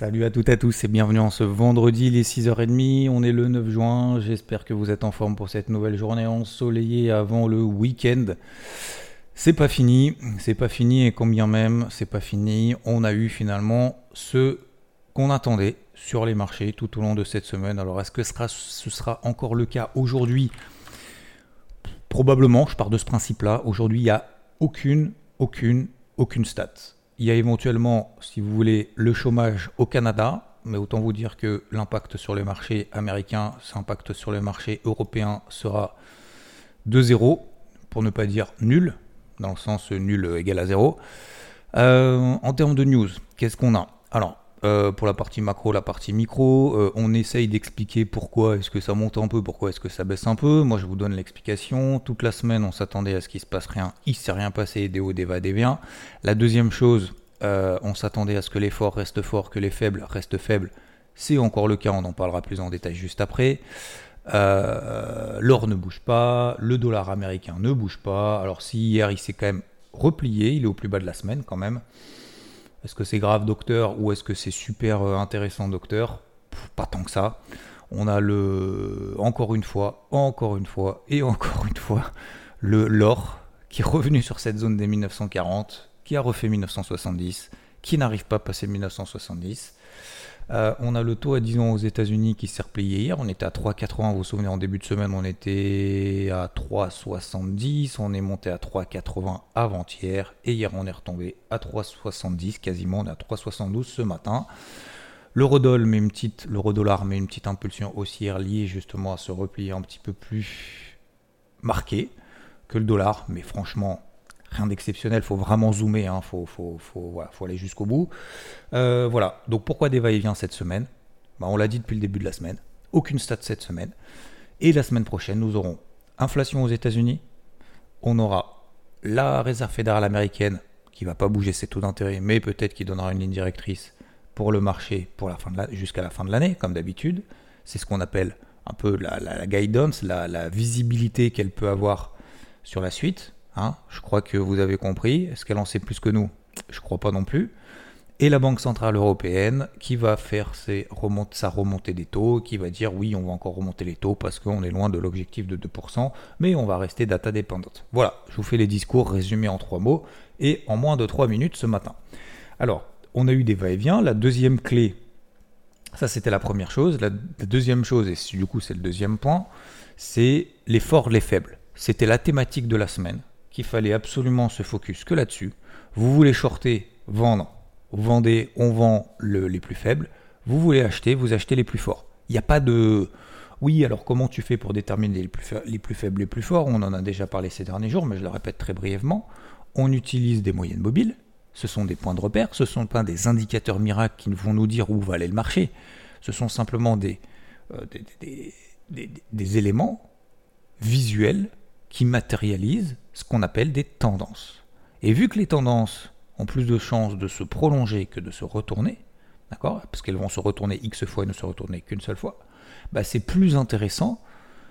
Salut à toutes et à tous et bienvenue en ce vendredi, les 6h30, on est le 9 juin, j'espère que vous êtes en forme pour cette nouvelle journée ensoleillée avant le week-end. C'est pas fini et combien même c'est pas fini, on a eu finalement ce qu'on attendait sur les marchés tout au long de cette semaine. Alors est-ce que ce sera encore le cas aujourd'hui? Probablement, je pars de ce principe-là, aujourd'hui il n'y a aucune stat. Il y a éventuellement, si vous voulez, le chômage au Canada, mais autant vous dire que l'impact sur les marchés américains, cet impact sur les marchés européens sera de zéro, pour ne pas dire nul, dans le sens nul égal à zéro. En termes de news, qu'est-ce qu'on a? Alors, pour la partie macro, la partie micro, on essaye d'expliquer pourquoi est-ce que ça monte un peu, pourquoi est-ce que ça baisse un peu. Moi, je vous donne l'explication. Toute la semaine, on s'attendait à ce qu'il se passe rien. Il ne s'est rien passé, des hauts, des bas, des biens. La deuxième chose, on s'attendait à ce que les forts restent forts, que les faibles restent faibles. C'est encore le cas, on en parlera plus en détail juste après. L'or ne bouge pas, le dollar américain ne bouge pas. Alors si hier, il s'est quand même replié, il est au plus bas de la semaine quand même. Est-ce que c'est grave, docteur, ou est-ce que c'est super intéressant, docteur? Pas tant que ça. On a encore une fois, l'or qui est revenu sur cette zone des 1940, qui a refait 1970, qui n'arrive pas à passer 1970. On a le taux à 10 ans aux États-Unis qui s'est replié hier. On était à 3,80. Vous vous souvenez, en début de semaine, on était à 3,70. On est monté à 3,80 avant-hier. Et hier, on est retombé à 3,70 quasiment. On est à 3,72 ce matin. L'eurodoll l'eurodollar met une petite impulsion haussière liée justement à ce repli un petit peu plus marqué que le dollar. Mais franchement, rien d'exceptionnel, faut vraiment zoomer, faut aller jusqu'au bout. Voilà, donc pourquoi des va-et-vient cette semaine? On l'a dit depuis le début de la semaine, aucune stat cette semaine. Et la semaine prochaine, nous aurons inflation aux États-Unis, on aura la réserve fédérale américaine qui ne va pas bouger ses taux d'intérêt, mais peut-être qui donnera une ligne directrice pour le marché jusqu'à la fin de l'année, comme d'habitude. C'est ce qu'on appelle un peu la guidance, la visibilité qu'elle peut avoir sur la suite. Je crois que vous avez compris. Est-ce qu'elle en sait plus que nous? Je ne crois pas non plus. Et la Banque Centrale Européenne qui va faire sa remontée des taux, qui va dire oui, on va encore remonter les taux parce qu'on est loin de l'objectif de 2%, mais on va rester data dépendante. Voilà, je vous fais les discours résumés en 3 mots et en moins de 3 minutes ce matin. Alors, on a eu des va-et-vient. La deuxième clé, ça c'était la première chose. La deuxième chose, et du coup c'est le deuxième point, c'est les forts, les faibles. C'était la thématique de la semaine, qu'il fallait absolument se focus que là-dessus. Vous voulez shorter, vendre, vous vendez, on vend les plus faibles. Vous voulez acheter, vous achetez les plus forts. Il n'y a pas de... Oui, alors comment tu fais pour déterminer les plus faibles, les plus forts? On en a déjà parlé ces derniers jours, mais je le répète très brièvement. On utilise des moyennes mobiles. Ce sont des points de repère. Ce ne sont pas des indicateurs miracles qui vont nous dire où va aller le marché. Ce sont simplement des éléments visuels qui matérialisent ce qu'on appelle des tendances. Et vu que les tendances ont plus de chances de se prolonger que de se retourner, d'accord, parce qu'elles vont se retourner X fois et ne se retourner qu'une seule fois, c'est plus intéressant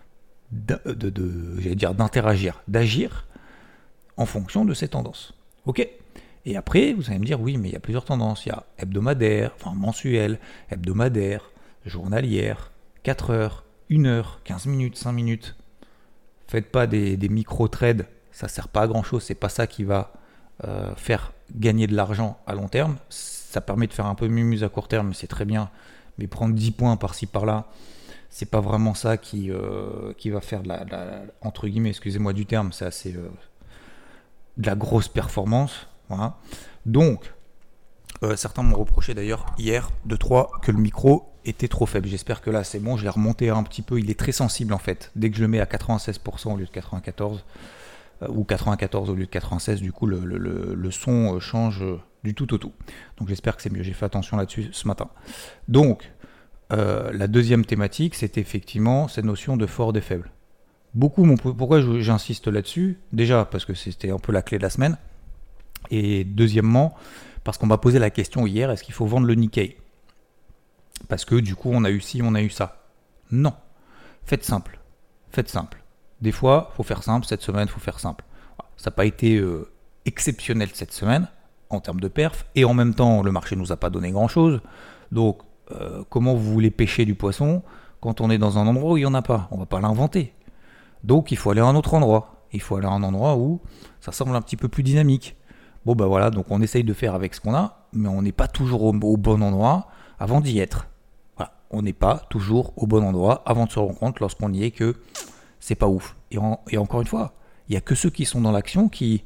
d'interagir, d'agir en fonction de ces tendances. Ok? Et après, vous allez me dire, oui, mais il y a plusieurs tendances. Il y a hebdomadaire, mensuel, hebdomadaire, journalière, 4 heures, 1 heure, 15 minutes, 5 minutes. Faites pas des micro-trades, ça sert pas à grand chose, c'est pas ça qui va faire gagner de l'argent à long terme. Ça permet de faire un peu mumuse à court terme, c'est très bien, mais prendre 10 points par-ci par-là, c'est pas vraiment ça qui va faire entre guillemets, excusez-moi du terme, c'est assez de la grosse performance. Voilà. Donc, certains m'ont reproché d'ailleurs hier, 2-3, que le micro était trop faible. J'espère que là c'est bon, je l'ai remonté un petit peu, il est très sensible en fait. Dès que je le mets à 96% au lieu de 94, ou 94 au lieu de 96, du coup le son change du tout au tout. Donc j'espère que c'est mieux, j'ai fait attention là-dessus ce matin. Donc, la deuxième thématique, c'est effectivement cette notion de fort et faible. Pourquoi j'insiste là-dessus? Déjà, parce que c'était un peu la clé de la semaine. Et deuxièmement, parce qu'on m'a posé la question hier, est-ce qu'il faut vendre le Nikkei? Parce que du coup, on a eu ci, on a eu ça. Non. Faites simple. Des fois, il faut faire simple. Cette semaine, il faut faire simple. Ça n'a pas été exceptionnel cette semaine en termes de perf. Et en même temps, le marché ne nous a pas donné grand-chose. Donc, comment vous voulez pêcher du poisson quand on est dans un endroit où il n'y en a pas? On va pas l'inventer. Donc, il faut aller à un autre endroit. Il faut aller à un endroit où ça semble un petit peu plus dynamique. Bon, bah voilà, donc on essaye de faire avec ce qu'on a, mais on n'est pas toujours au bon endroit avant d'y être. Voilà, on n'est pas toujours au bon endroit avant de se rendre compte lorsqu'on y est que c'est pas ouf. Et encore une fois, il n'y a que ceux qui sont dans l'action qui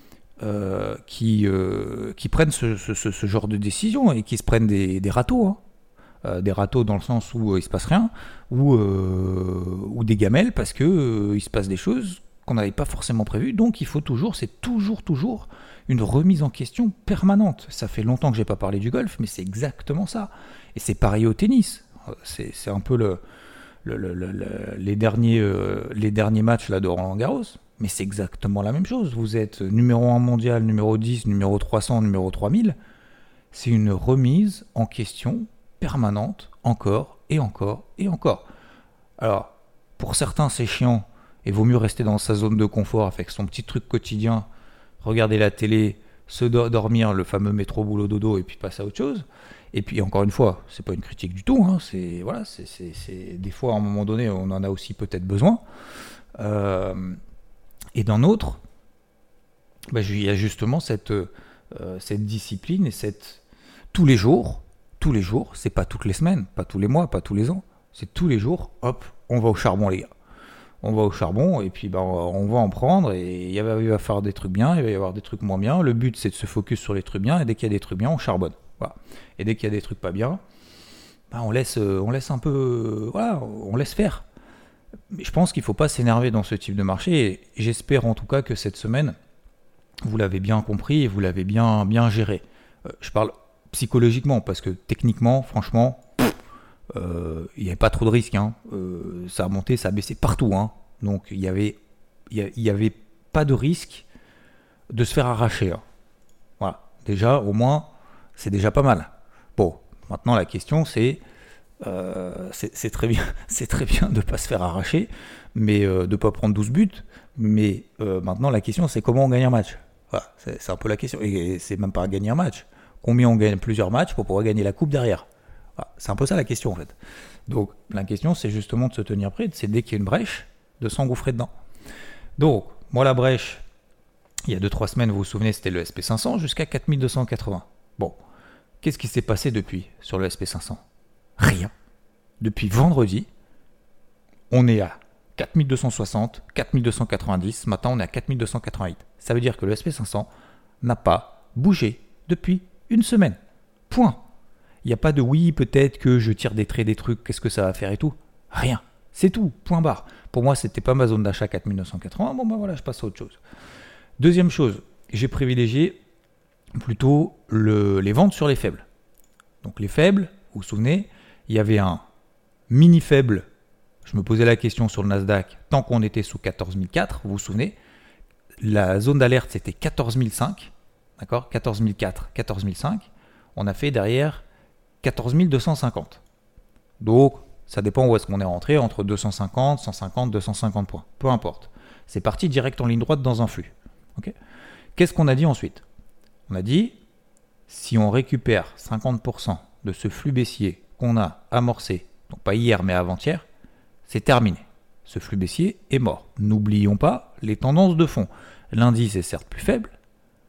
prennent ce genre de décision et qui se prennent des râteaux. Hein. Des râteaux dans le sens où il se passe rien, ou des gamelles parce que il se passe des choses qu'on n'avait pas forcément prévues. Donc il faut c'est toujours une remise en question permanente. Ça fait longtemps que j'ai pas parlé du golf, mais c'est exactement ça. Et c'est pareil au tennis. C'est un peu les derniers matchs là de Roland-Garros. Mais c'est exactement la même chose. Vous êtes numéro 1 mondial, numéro 10, numéro 300, numéro 3000. C'est une remise en question permanente, encore et encore et encore. Alors, pour certains, c'est chiant et vaut mieux rester dans sa zone de confort avec son petit truc quotidien, regarder la télé, se dormir, le fameux métro boulot dodo et puis passer à autre chose. Et puis, encore une fois, c'est pas une critique du tout. Hein, c'est des fois, à un moment donné, on en a aussi peut-être besoin. Et d'un autre, il y a justement cette discipline et tous les jours, c'est pas toutes les semaines, pas tous les mois, pas tous les ans, c'est tous les jours, hop, on va au charbon les gars. On va au charbon et puis on va en prendre et il va falloir des trucs bien, il va y avoir des trucs moins bien. Le but c'est de se focus sur les trucs bien et dès qu'il y a des trucs bien, on charbonne. Voilà. Et dès qu'il y a des trucs pas bien, on laisse un peu, on laisse faire. Mais je pense qu'il ne faut pas s'énerver dans ce type de marché et j'espère en tout cas que cette semaine, vous l'avez bien compris et vous l'avez bien géré. Je parle psychologiquement parce que techniquement, franchement, il n'y avait pas trop de risques. Hein. Ça a monté, ça a baissé partout. Hein. Donc il n'y avait pas de risque de se faire arracher. Hein. Voilà. Déjà, au moins, c'est déjà pas mal. Bon, maintenant la question c'est très bien de ne pas se faire arracher, mais de ne pas prendre 12 buts. Mais maintenant la question c'est comment on gagne un match. Voilà, c'est un peu la question. Et c'est même pas gagner un match. Combien on gagne plusieurs matchs pour pouvoir gagner la coupe derrière. Voilà, c'est un peu ça la question en fait. Donc la question c'est justement de se tenir prêt, c'est dès qu'il y a une brèche, de s'engouffrer dedans. Donc moi la brèche, il y a 2-3 semaines, vous vous souvenez, c'était le SP500 jusqu'à 4280. Bon, qu'est-ce qui s'est passé depuis sur le SP500 ? Rien. Depuis vendredi, on est à 4260, 4290, ce matin on est à 4288. Ça veut dire que le SP500 n'a pas bougé depuis une semaine. Point. Il n'y a pas de oui, peut-être que je tire des traits, des trucs, qu'est-ce que ça va faire et tout. Rien. C'est tout. Point barre. Pour moi, c'était pas ma zone d'achat 4980. Bon, voilà, je passe à autre chose. Deuxième chose, j'ai privilégié plutôt les ventes sur les faibles. Donc les faibles, vous vous souvenez, il y avait un mini faible. Je me posais la question sur le Nasdaq, tant qu'on était sous 14004, vous vous souvenez, la zone d'alerte c'était 14005, d'accord, 14004, 14005. On a fait derrière 14250. Donc, ça dépend où est-ce qu'on est rentré, entre 250, 150, 250 points. Peu importe. C'est parti direct en ligne droite dans un flux. Okay. Qu'est-ce qu'on a dit ensuite ? On a dit, si on récupère 50% de ce flux baissier qu'on a amorcé, donc pas hier mais avant-hier, c'est terminé. Ce flux baissier est mort. N'oublions pas les tendances de fond. L'indice est certes plus faible, d'accord ?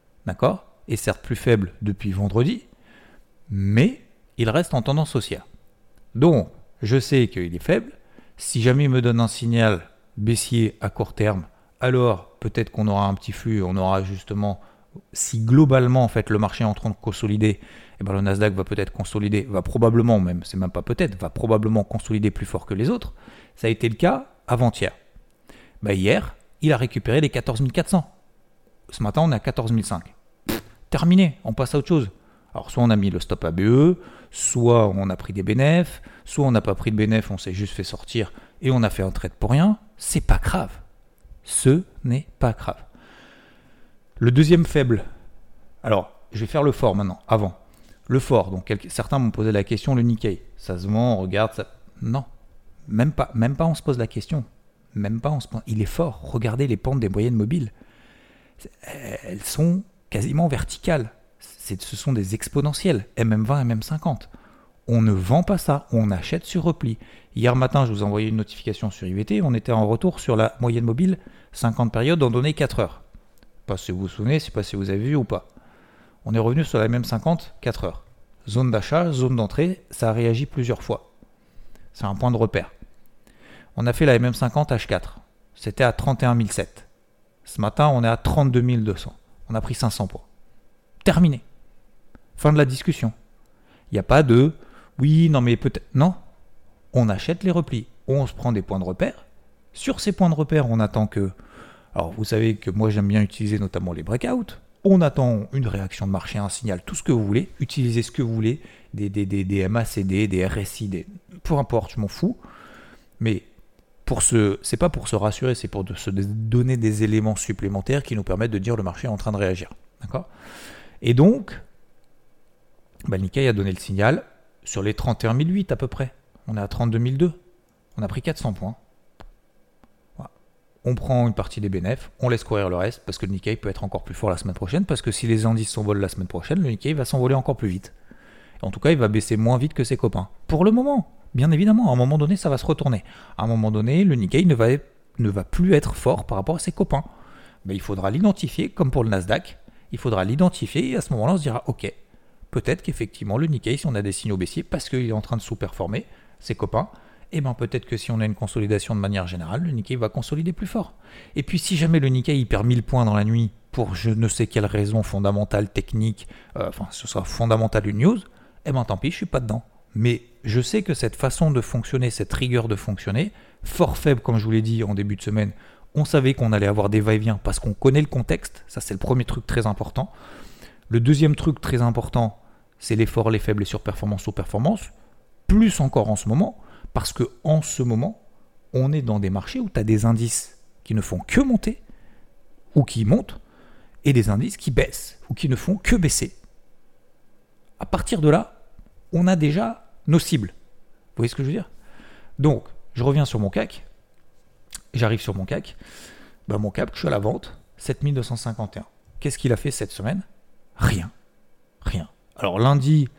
Est certes plus faible depuis vendredi, mais il reste en tendance haussière. Donc, je sais qu'il est faible. Si jamais il me donne un signal baissier à court terme, alors peut-être qu'on aura un petit flux, on aura justement, si globalement en fait le marché est en train de consolider, et ben le Nasdaq va peut-être consolider, va probablement même, c'est même pas peut-être, va probablement consolider plus fort que les autres. Ça a été le cas avant-hier. Hier, il a récupéré les 14 400. Ce matin, on est à 14 500. Terminé, on passe à autre chose. Alors soit on a mis le stop ABE, soit on a pris des bénéfices, soit on n'a pas pris de bénéfices, on s'est juste fait sortir et on a fait un trade pour rien. C'est pas grave. Ce n'est pas grave. Le deuxième faible. Alors, je vais faire le fort maintenant, avant. Le fort, donc certains m'ont posé la question, le Nikkei. Ça se vend, on regarde, ça... Non, même pas on se pose la question. Même pas il est fort. Regardez les pentes des moyennes mobiles. Elles sont quasiment verticales. Ce sont des exponentielles, MM20, MM50. On ne vend pas ça, on achète sur repli. Hier matin, je vous ai envoyé une notification sur IVT, on était en retour sur la moyenne mobile 50 périodes en données 4 heures. Pas si vous vous souvenez, je ne sais pas si vous avez vu ou pas. On est revenu sur la même 50, 4 heures. Zone d'achat, zone d'entrée, ça a réagi plusieurs fois. C'est un point de repère. On a fait la MM50 H4. C'était à 31 700. Ce matin, on est à 32 200. On a pris 500 points. Terminé. Fin de la discussion. Il n'y a pas de « oui, non mais peut-être… » Non. On achète les replis. On se prend des points de repère. Sur ces points de repère, on attend que… Alors, vous savez que moi, j'aime bien utiliser notamment les breakouts. On attend une réaction de marché, un signal, tout ce que vous voulez. Utilisez ce que vous voulez. Des MACD, des RSI, peu importe, je m'en fous. Mais c'est pas pour se rassurer, c'est pour se donner des éléments supplémentaires qui nous permettent de dire le marché est en train de réagir. D'accord ? Et donc, le Nikkei a donné le signal sur les 31 008 à peu près. On est à 32 200. On a pris 400 points. Voilà. On prend une partie des bénéfices, on laisse courir le reste parce que le Nikkei peut être encore plus fort la semaine prochaine, parce que si les indices s'envolent la semaine prochaine, le Nikkei va s'envoler encore plus vite. En tout cas, il va baisser moins vite que ses copains. Pour le moment, bien évidemment, à un moment donné, ça va se retourner. À un moment donné, le Nikkei ne va plus être fort par rapport à ses copains. Mais il faudra l'identifier, comme pour le Nasdaq. Il faudra l'identifier et à ce moment-là, on se dira, ok, peut-être qu'effectivement, le Nikkei, si on a des signaux baissiers, parce qu'il est en train de sous-performer ses copains, et bien peut-être que si on a une consolidation de manière générale, le Nikkei va consolider plus fort. Et puis si jamais le Nikkei perd 1000 points dans la nuit, pour je ne sais quelle raison fondamentale, technique, ce sera fondamental une news, eh bien tant pis, je suis pas dedans. Mais je sais que cette façon de fonctionner, cette rigueur de fonctionner, fort faible comme je vous l'ai dit en début de semaine, on savait qu'on allait avoir des va-et-vient parce qu'on connaît le contexte, ça c'est le premier truc très important. Le deuxième truc très important, c'est l'effort, les faibles, les surperformances, sous-performances, plus encore en ce moment, parce que en ce moment, on est dans des marchés où tu as des indices qui ne font que monter, ou qui montent, et des indices qui baissent, ou qui ne font que baisser. À partir de là, on a déjà nos cibles. Vous voyez ce que je veux dire ? Donc, je reviens sur mon CAC. J'arrive sur mon CAC. Mon CAC, je suis à la vente, 7251. Qu'est-ce qu'il a fait cette semaine ? Rien. Alors lundi,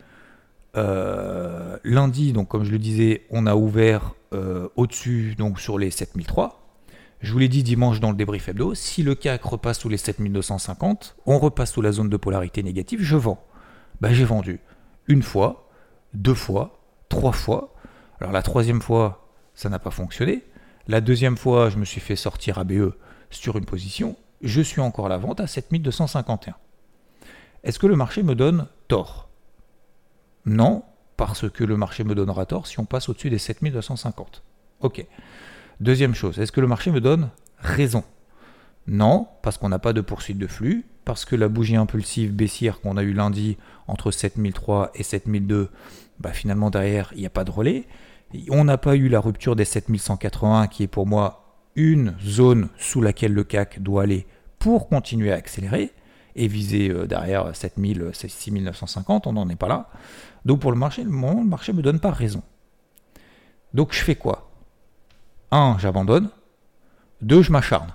donc comme je le disais, on a ouvert au-dessus, donc sur les 7003. Je vous l'ai dit dimanche dans le débrief hebdo, si le CAC repasse sous les 7250, on repasse sous la zone de polarité négative, je vends. J'ai vendu une fois, 2 fois, 3 fois. Alors la troisième fois, ça n'a pas fonctionné. La deuxième fois, je me suis fait sortir ABE sur une position. Je suis encore à la vente à 7251. Est-ce que le marché me donne tort ? Non, parce que le marché me donnera tort si on passe au-dessus des 7250. Ok. Deuxième chose, est-ce que le marché me donne raison ? Non, parce qu'on n'a pas de poursuite de flux, parce que la bougie impulsive baissière qu'on a eu lundi entre 7003 et 7002, finalement derrière, il n'y a pas de relais. On n'a pas eu la rupture des 7181 qui est pour moi une zone sous laquelle le CAC doit aller pour continuer à accélérer et viser derrière 7000, 6950, on n'en est pas là. Donc pour le marché, le marché ne me donne pas raison. Donc je fais quoi ? 1, j'abandonne. 2, je m'acharne.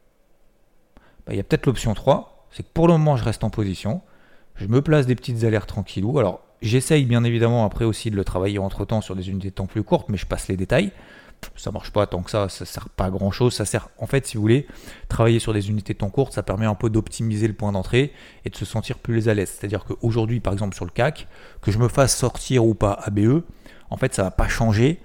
Il y a peut-être l'option 3, c'est que pour le moment je reste en position, je me place des petites alertes tranquillou. Alors j'essaye bien évidemment après aussi de le travailler entre temps sur des unités de temps plus courtes, mais je passe les détails. Ça marche pas tant que ça sert pas à grand chose. Ça sert, en fait, si vous voulez, travailler sur des unités de temps courtes, ça permet un peu d'optimiser le point d'entrée et de se sentir plus à l'aise. C'est-à-dire qu'aujourd'hui, par exemple sur le CAC, que je me fasse sortir ou pas ABE, en fait, ça va pas changer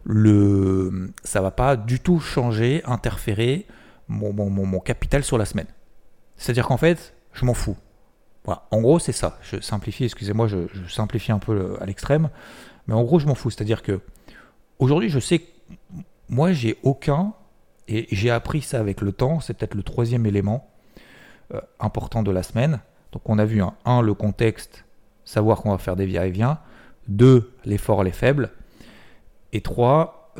ça va pas du tout changer, interférer mon capital sur la semaine. C'est-à-dire qu'en fait, je m'en fous. Voilà. En gros, c'est ça. Je simplifie, excusez-moi, je simplifie un peu à l'extrême, mais en gros, je m'en fous. C'est-à-dire que aujourd'hui, je sais que moi, j'ai aucun, et j'ai appris ça avec le temps, c'est peut-être le troisième élément important de la semaine. Donc, on a vu, le contexte, savoir qu'on va faire des va-et-vient. 2, l'effort, les faibles. Et 3,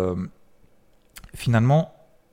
finalement,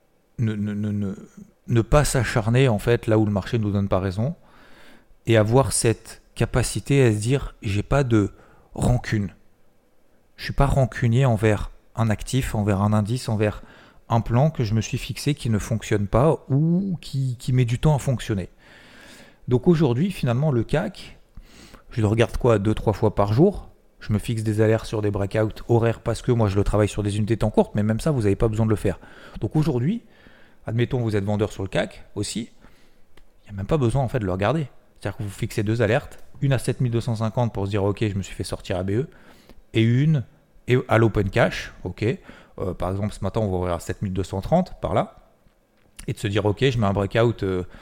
ne pas s'acharner en fait là où le marché ne nous donne pas raison et avoir cette capacité à se dire j'ai pas de rancune. Je suis pas rancunier envers un actif, envers un indice, envers un plan que je me suis fixé qui ne fonctionne pas ou qui met du temps à fonctionner. Donc aujourd'hui, finalement, le CAC, je le regarde 2-3 fois par jour. je me fixe des alertes sur des breakouts horaires parce que moi je le travaille sur des unités temps courtes, mais même ça, vous n'avez pas besoin de le faire. Donc aujourd'hui, admettons que vous êtes vendeur sur le CAC aussi, il n'y a même pas besoin en fait de le regarder. C'est-à-dire que vous fixez 2 alertes, une à 7250 pour se dire ok, je me suis fait sortir ABE, et une à l'open cash, ok. Par exemple, ce matin, on va ouvrir à 7230 par là, et de se dire ok, je mets un breakout,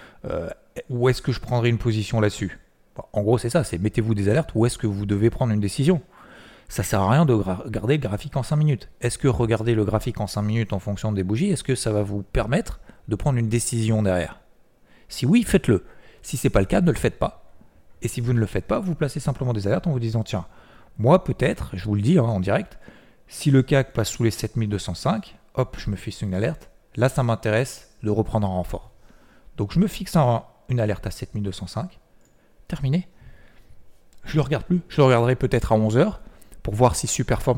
où est-ce que je prendrai une position là-dessus? En gros, c'est ça, c'est mettez-vous des alertes, où est-ce que vous devez prendre une décision. Ça sert à rien de regarder le graphique en 5 minutes. Est-ce que regarder le graphique en 5 minutes en fonction des bougies, est-ce que ça va vous permettre de prendre une décision derrière? Si oui, faites-le. Si ce n'est pas le cas, ne le faites pas. Et si vous ne le faites pas, vous placez simplement des alertes en vous disant tiens, moi peut-être, je vous le dis en direct, si le CAC passe sous les 7205, hop, je me fixe une alerte. Là, ça m'intéresse de reprendre un renfort. Donc je me fixe une alerte à 7205. Terminé. Je ne le regarde plus. Je le regarderai peut-être à 11h pour voir si sous-performe,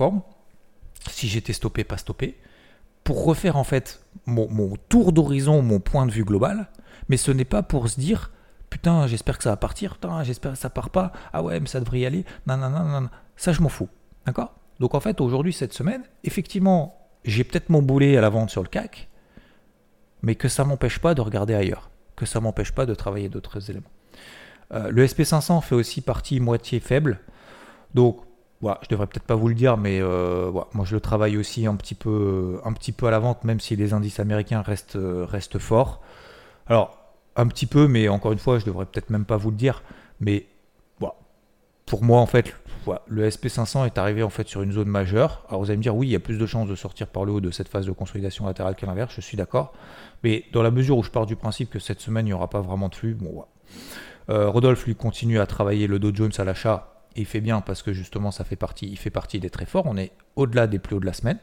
si j'étais stoppé, pas stoppé, pour refaire en fait mon tour d'horizon, mon point de vue global. Mais ce n'est pas pour se dire putain, j'espère que ça va partir, putain, j'espère que ça part pas, ah ouais, mais ça devrait y aller, non. Ça, je m'en fous. D'accord? Donc en fait, aujourd'hui, cette semaine, effectivement, j'ai peut-être mon boulet à la vente sur le CAC, mais que ça ne m'empêche pas de regarder ailleurs, que ça ne m'empêche pas de travailler d'autres éléments. Le SP500 fait aussi partie moitié faible, donc voilà, je devrais peut-être pas vous le dire, mais voilà, moi je le travaille aussi un petit peu à la vente, même si les indices américains restent forts. Alors un petit peu, mais encore une fois, je devrais peut-être même pas vous le dire, mais voilà, pour moi en fait, voilà, le SP500 est arrivé en fait sur une zone majeure. Alors vous allez me dire oui, il y a plus de chances de sortir par le haut de cette phase de consolidation latérale qu'à l'inverse, je suis d'accord, mais dans la mesure où je pars du principe que cette semaine il n'y aura pas vraiment de flux, bon voilà. Rodolphe lui continue à travailler le Dow Jones à l'achat et il fait bien parce que justement il fait partie des très forts. On est au-delà des plus hauts de la semaine,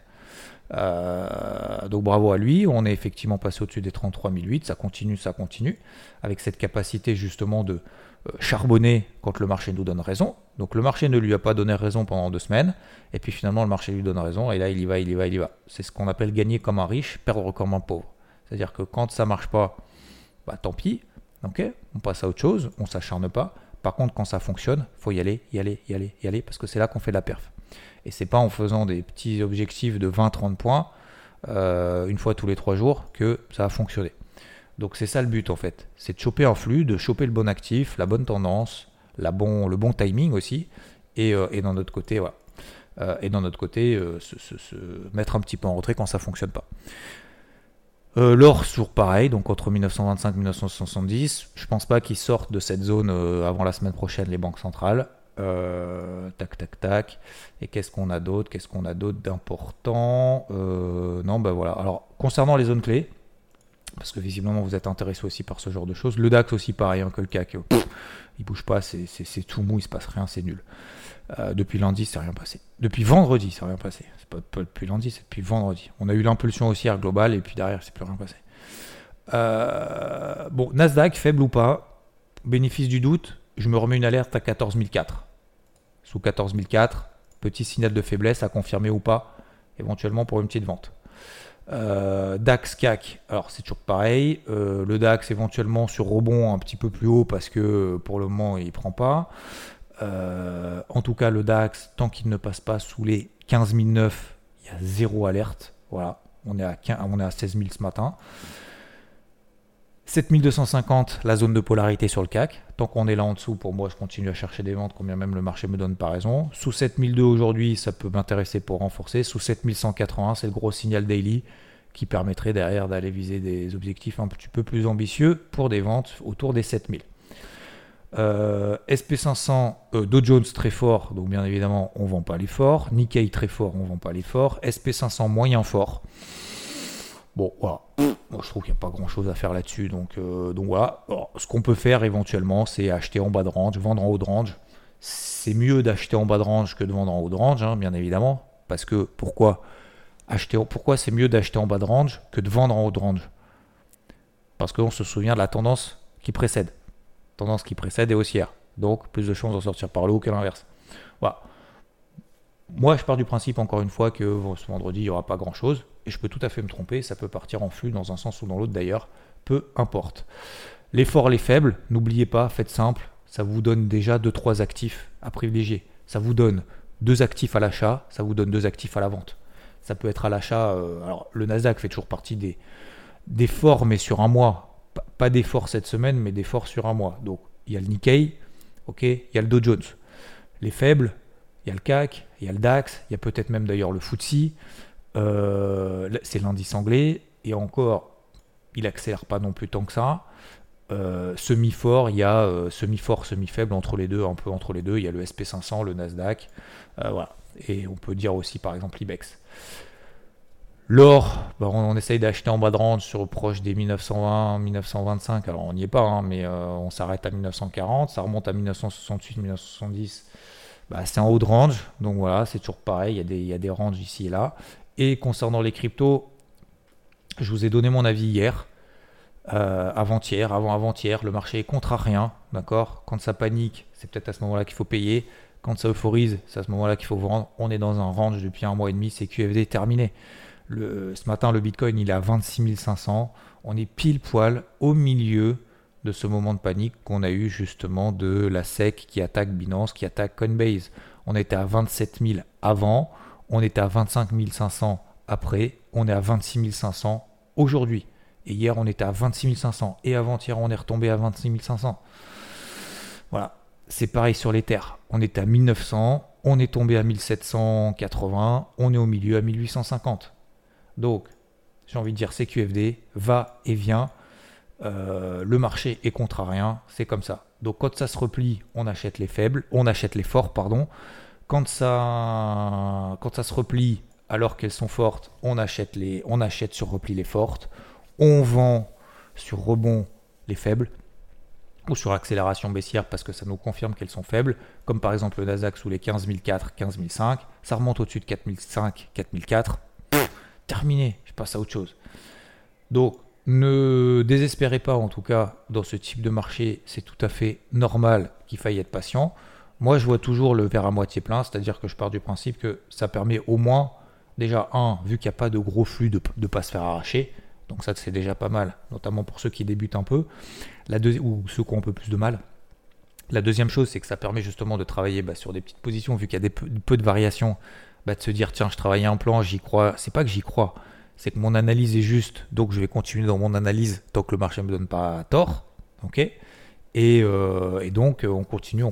donc bravo à lui. On est effectivement passé au-dessus des 33 008, ça continue avec cette capacité justement de charbonner quand le marché nous donne raison. Donc le marché ne lui a pas donné raison pendant 2 semaines et puis finalement le marché lui donne raison et là il y va. C'est ce qu'on appelle gagner comme un riche, perdre comme un pauvre. C'est-à-dire que quand ça marche pas, bah tant pis. Ok, on passe à autre chose, on s'acharne pas. Par contre, quand ça fonctionne, faut y aller, parce que c'est là qu'on fait de la perf. Et c'est pas en faisant des petits objectifs de 20-30 points une fois tous les 3 jours que ça va fonctionner. Donc c'est ça le but en fait, c'est de choper un flux, de choper le bon actif, la bonne tendance, le bon timing aussi, et d'un autre côté, voilà. Se mettre un petit peu en retrait quand ça fonctionne pas. L'or, toujours pareil, donc entre 1925 et 1970. Je pense pas qu'ils sortent de cette zone avant la semaine prochaine, les banques centrales. Tac. Et qu'est-ce qu'on a d'autre d'important? Non, ben voilà. Alors, concernant les zones clés, parce que visiblement vous êtes intéressé aussi par ce genre de choses, le DAX aussi pareil, que le CAC, il bouge pas, c'est tout mou, il se passe rien, c'est nul. Depuis lundi, c'est rien passé. Depuis vendredi, c'est rien passé. C'est pas depuis lundi, c'est depuis vendredi. On a eu l'impulsion haussière globale et puis derrière, c'est plus rien passé. Bon, Nasdaq, faible ou pas, bénéfice du doute, je me remets une alerte à 14 004. Sous 14 004, petit signal de faiblesse à confirmer ou pas, éventuellement pour une petite vente. DAX, CAC, alors c'est toujours pareil. Le DAX éventuellement sur rebond un petit peu plus haut parce que pour le moment il prend pas. En tout cas, le DAX, tant qu'il ne passe pas sous les 15 009, il y a zéro alerte. Voilà, on est à 16 000 ce matin. 7250, la zone de polarité sur le CAC. Tant qu'on est là en dessous, pour moi, je continue à chercher des ventes, combien même le marché me donne pas raison. Sous 7002 aujourd'hui, ça peut m'intéresser pour renforcer. Sous 7181, c'est le gros signal daily qui permettrait derrière d'aller viser des objectifs un petit peu plus ambitieux pour des ventes autour des 7000. SP500, Dow Jones très fort, donc bien évidemment on vend pas les forts. Nikkei très fort, on vend pas les forts. SP500 moyen fort. Bon voilà, moi je trouve qu'il n'y a pas grand chose à faire là-dessus, donc voilà. Alors, ce qu'on peut faire éventuellement, c'est acheter en bas de range, vendre en haut de range. C'est mieux d'acheter en bas de range que de vendre en haut de range, hein, bien évidemment, parce que pourquoi c'est mieux d'acheter en bas de range que de vendre en haut de range? Parce qu'on se souvient de la tendance qui précède. Tendance qui précède est haussière. Donc, plus de chances d'en sortir par le haut que l'inverse. Voilà. Moi, je pars du principe, encore une fois, que ce vendredi, il n'y aura pas grand-chose. Et je peux tout à fait me tromper. Ça peut partir en flux dans un sens ou dans l'autre, d'ailleurs. Peu importe. Les forts, les faibles, n'oubliez pas, faites simple. Ça vous donne déjà 2-3 actifs à privilégier. Ça vous donne 2 actifs à l'achat, ça vous donne 2 actifs à la vente. Ça peut être à l'achat, alors le Nasdaq fait toujours partie des forts, mais sur un mois. Pas d'efforts cette semaine, mais d'efforts sur un mois. Donc il y a le Nikkei, ok, il y a le Dow Jones. Les faibles, il y a le CAC, il y a le DAX, il y a peut-être même d'ailleurs le FTSE. C'est l'indice anglais, et encore, il accélère pas non plus tant que ça. Semi-fort, il y a semi-fort, semi-faible entre les deux, un peu entre les deux. Il y a le SP500, le Nasdaq, voilà. Et on peut dire aussi par exemple l'IBEX. L'or, on essaye d'acheter en bas de range sur proche des 1920, 1925. Alors on n'y est pas, hein, mais on s'arrête à 1940, ça remonte à 1968, 1970. C'est en haut de range, donc voilà, c'est toujours pareil. Il y a des ranges ici et là. Et concernant les cryptos, je vous ai donné mon avis hier. Avant-hier, le marché est contre à rien, d'accord. Quand ça panique, c'est peut-être à ce moment-là qu'il faut payer. Quand ça euphorise, c'est à ce moment-là qu'il faut vendre. On est dans un range depuis un mois et demi, c'est QFD terminé. Ce matin, le Bitcoin, il est à 26 500. On est pile poil au milieu de ce moment de panique qu'on a eu justement de la SEC qui attaque Binance, qui attaque Coinbase. On était à 27 000 avant, on était à 25 500 après, on est à 26 500 aujourd'hui. Et hier, on était à 26 500. Et avant-hier, on est retombé à 26 500. Voilà. C'est pareil sur les terres. On était à 1900. On est tombé à 1780. On est au milieu à 1850. Donc, j'ai envie de dire, c'est QFD. Va et vient. Le marché est contre à rien. C'est comme ça. Donc, quand ça se replie, on achète les faibles. On achète les forts, pardon. Quand ça se replie alors qu'elles sont fortes, on achète sur repli les fortes. On vend sur rebond les faibles ou sur accélération baissière parce que ça nous confirme qu'elles sont faibles, comme par exemple le Nasdaq sous les 15 004, 15 005, ça remonte au-dessus de 4 005, 4 004, terminé, je passe à autre chose. Donc ne désespérez pas, en tout cas dans ce type de marché, c'est tout à fait normal qu'il faille être patient. Moi je vois toujours le verre à moitié plein, c'est-à-dire que je pars du principe que ça permet au moins, déjà vu qu'il n'y a pas de gros flux, de ne pas se faire arracher. Donc ça, c'est déjà pas mal, notamment pour ceux qui débutent un peu, ou ceux qui ont un peu plus de mal. La deuxième chose, c'est que ça permet justement de travailler sur des petites positions, vu qu'il y a peu de variations, de se dire, tiens, je travaillais un plan, j'y crois. C'est pas que j'y crois, c'est que mon analyse est juste, donc je vais continuer dans mon analyse tant que le marché ne me donne pas tort. Ok. Et donc, on continue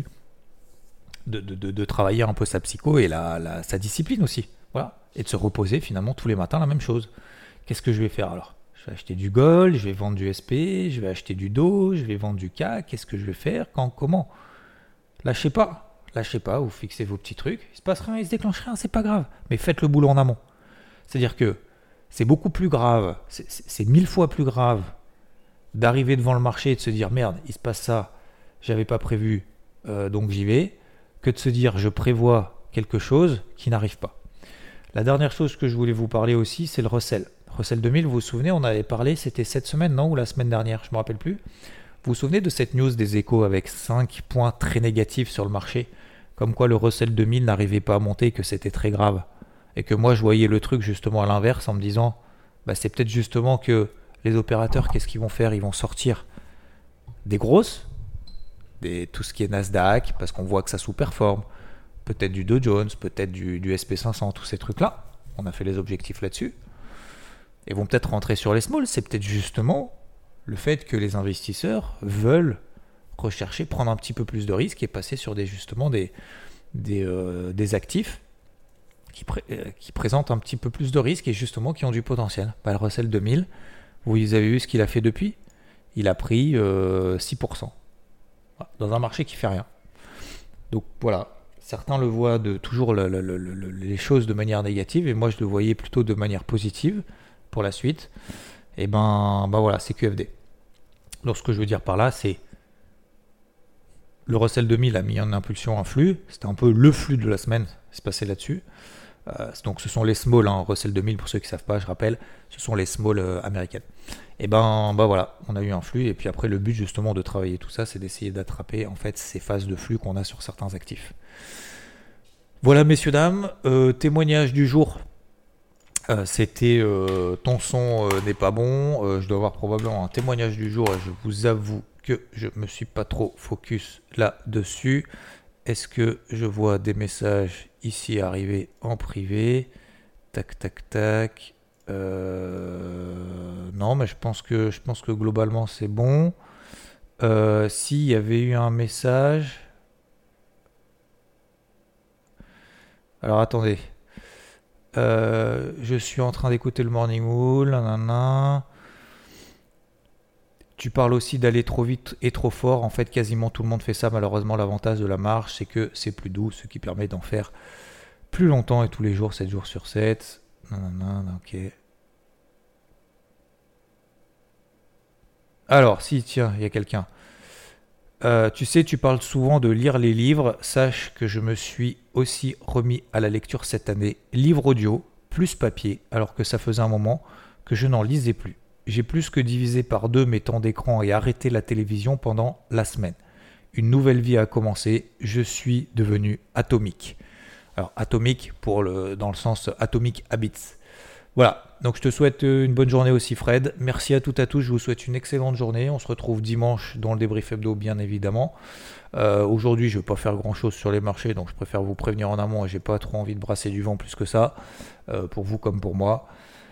de travailler un peu sa psycho et sa discipline aussi. Voilà. Et de se reposer finalement tous les matins la même chose. Qu'est-ce que je vais faire alors? Je vais acheter du Gold, je vais vendre du SP, je vais acheter du Do, je vais vendre du CAC. Qu'est-ce que je vais faire? Quand? Comment? Lâchez pas, vous fixez vos petits trucs. Il se passe rien, il se déclenche rien, c'est pas grave. Mais faites le boulot en amont. C'est-à-dire que c'est beaucoup plus grave, c'est 1000 fois plus grave d'arriver devant le marché et de se dire merde, il se passe ça, j'avais pas prévu, donc j'y vais, que de se dire je prévois quelque chose qui n'arrive pas. La dernière chose que je voulais vous parler aussi, c'est le Russell. Russell 2000, vous vous souvenez, on avait parlé, c'était cette semaine, non? Ou la semaine dernière, je ne me rappelle plus. Vous vous souvenez de cette news des Échos avec 5 points très négatifs sur le marché? Comme quoi le Russell 2000 n'arrivait pas à monter, que c'était très grave. Et que moi, je voyais le truc justement à l'inverse en me disant, c'est peut-être justement que les opérateurs, qu'est-ce qu'ils vont faire? Ils vont sortir des grosses, tout ce qui est Nasdaq, parce qu'on voit que ça sous-performe. Peut-être du Dow Jones, peut-être du SP500, tous ces trucs-là. On a fait les objectifs là-dessus. Et vont peut-être rentrer sur les smalls. C'est peut-être justement le fait que les investisseurs veulent rechercher, prendre un petit peu plus de risques et passer sur des actifs qui présentent un petit peu plus de risques et justement qui ont du potentiel. Le Russell 2000, vous avez vu ce qu'il a fait depuis? Il a pris 6%. Dans un marché qui fait rien. Donc voilà. Certains le voient toujours les choses de manière négative et moi je le voyais plutôt de manière positive pour la suite. Et voilà, c'est QFD. Donc ce que je veux dire par là, c'est le Russell 2000 a mis en impulsion un flux. C'était un peu le flux de la semaine, c'est passé là-dessus. Donc ce sont les small, Russell 2000 pour ceux qui ne savent pas, je rappelle, ce sont les small américaines. Et voilà, on a eu un flux et puis après le but justement de travailler tout ça, c'est d'essayer d'attraper en fait ces phases de flux qu'on a sur certains actifs. Voilà messieurs dames, témoignage du jour. C'était ton son n'est pas bon. Je dois avoir probablement un témoignage du jour et je vous avoue que je me suis pas trop focus là-dessus. est-ce que je vois des messages ici arriver en privé? Tac, tac, tac. Non, mais je pense que globalement c'est bon. S'il y avait eu un message. Alors attendez. Je suis en train d'écouter le Morning Wool. Nanana. Tu parles aussi d'aller trop vite et trop fort. En fait, quasiment tout le monde fait ça. Malheureusement, l'avantage de la marche, c'est que c'est plus doux, ce qui permet d'en faire plus longtemps et tous les jours, 7 jours sur 7. Nanana, ok. Alors, si, tiens, il y a quelqu'un. Tu sais, tu parles souvent de lire les livres. Sache que je me suis aussi remis à la lecture cette année. Livre audio, plus papier, alors que ça faisait un moment que je n'en lisais plus. J'ai plus que divisé par deux mes temps d'écran et arrêté la télévision pendant la semaine. Une nouvelle vie a commencé. Je suis devenu atomique. Alors, atomique dans le sens atomic habits. Voilà, donc je te souhaite une bonne journée aussi Fred. Merci à toutes et à tous, je vous souhaite une excellente journée. On se retrouve dimanche dans le débrief hebdo bien évidemment. Aujourd'hui je ne vais pas faire grand chose sur les marchés, donc je préfère vous prévenir en amont et j'ai pas trop envie de brasser du vent plus que ça, pour vous comme pour moi.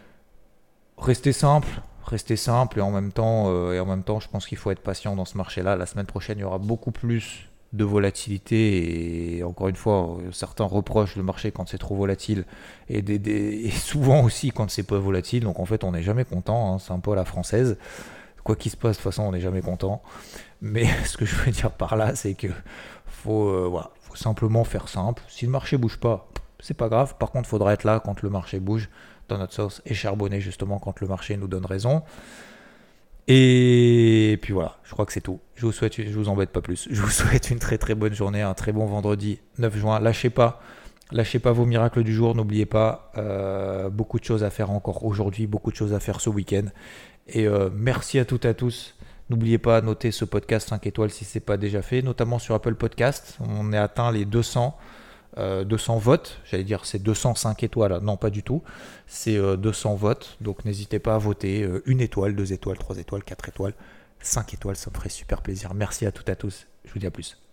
Restez simple et en même temps je pense qu'il faut être patient dans ce marché-là. La semaine prochaine il y aura beaucoup plus de volatilité et encore une fois certains reprochent le marché quand c'est trop volatile et souvent aussi quand c'est pas volatile, donc en fait on n'est jamais content, hein, c'est un peu à la française, quoi qu'il se passe de toute façon on n'est jamais content, mais ce que je veux dire par là c'est que faut simplement faire simple. Si le marché bouge pas, c'est pas grave, par contre il faudra être là quand le marché bouge dans notre sauce et charbonner justement quand le marché nous donne raison. Et puis voilà, je crois que c'est tout. Je vous embête pas plus. Je vous souhaite une très très bonne journée, un très bon vendredi 9 juin. Lâchez pas vos miracles du jour, n'oubliez pas, beaucoup de choses à faire encore aujourd'hui, beaucoup de choses à faire ce week-end. Et merci à toutes et à tous. N'oubliez pas de noter ce podcast 5 étoiles si ce n'est pas déjà fait, notamment sur Apple Podcast. On est atteint les 200 votes, j'allais dire c'est 205 étoiles, non pas du tout, c'est 200 votes, donc n'hésitez pas à voter, 1 étoile, 2 étoiles, 3 étoiles, 4 étoiles, 5 étoiles, ça me ferait super plaisir. Merci à toutes et à tous, je vous dis à plus.